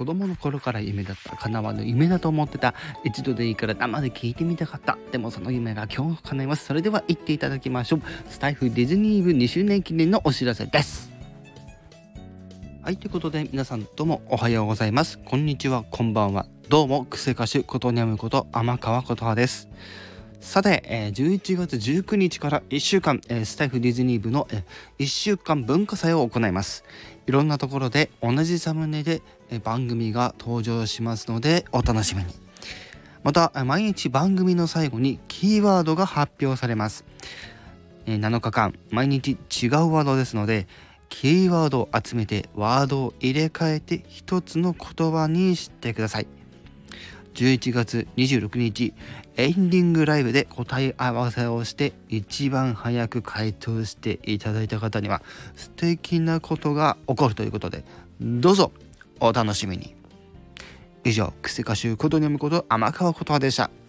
子供の頃から夢だった、叶わぬ夢だと思ってた、一度でいいから生で聞いてみたかった、でもその夢が今日叶います。それでは言っていただきましょう。スタイフディズニー部2周年記念のお知らせです。はい、ということで皆さんどうもおはようございます、こんにちは、こんばんは。どうもクセ歌手ことにゃむこと天川琴葉です。さて、11月19日から1週間、スタイフディズニー部の、1週間文化祭を行います。いろんなところで同じサムネで、番組が登場しますのでお楽しみに。また毎日番組の最後にキーワードが発表されます。7日間毎日違うワードですので、キーワードを集めてワードを入れ替えて一つの言葉にしてください。11月26日エンディングライブで答え合わせをして一番早く回答していただいた方には素敵なことが起こるということで、どうぞお楽しみに。以上、クセ歌手ことにゃむこと天川琴葉でした。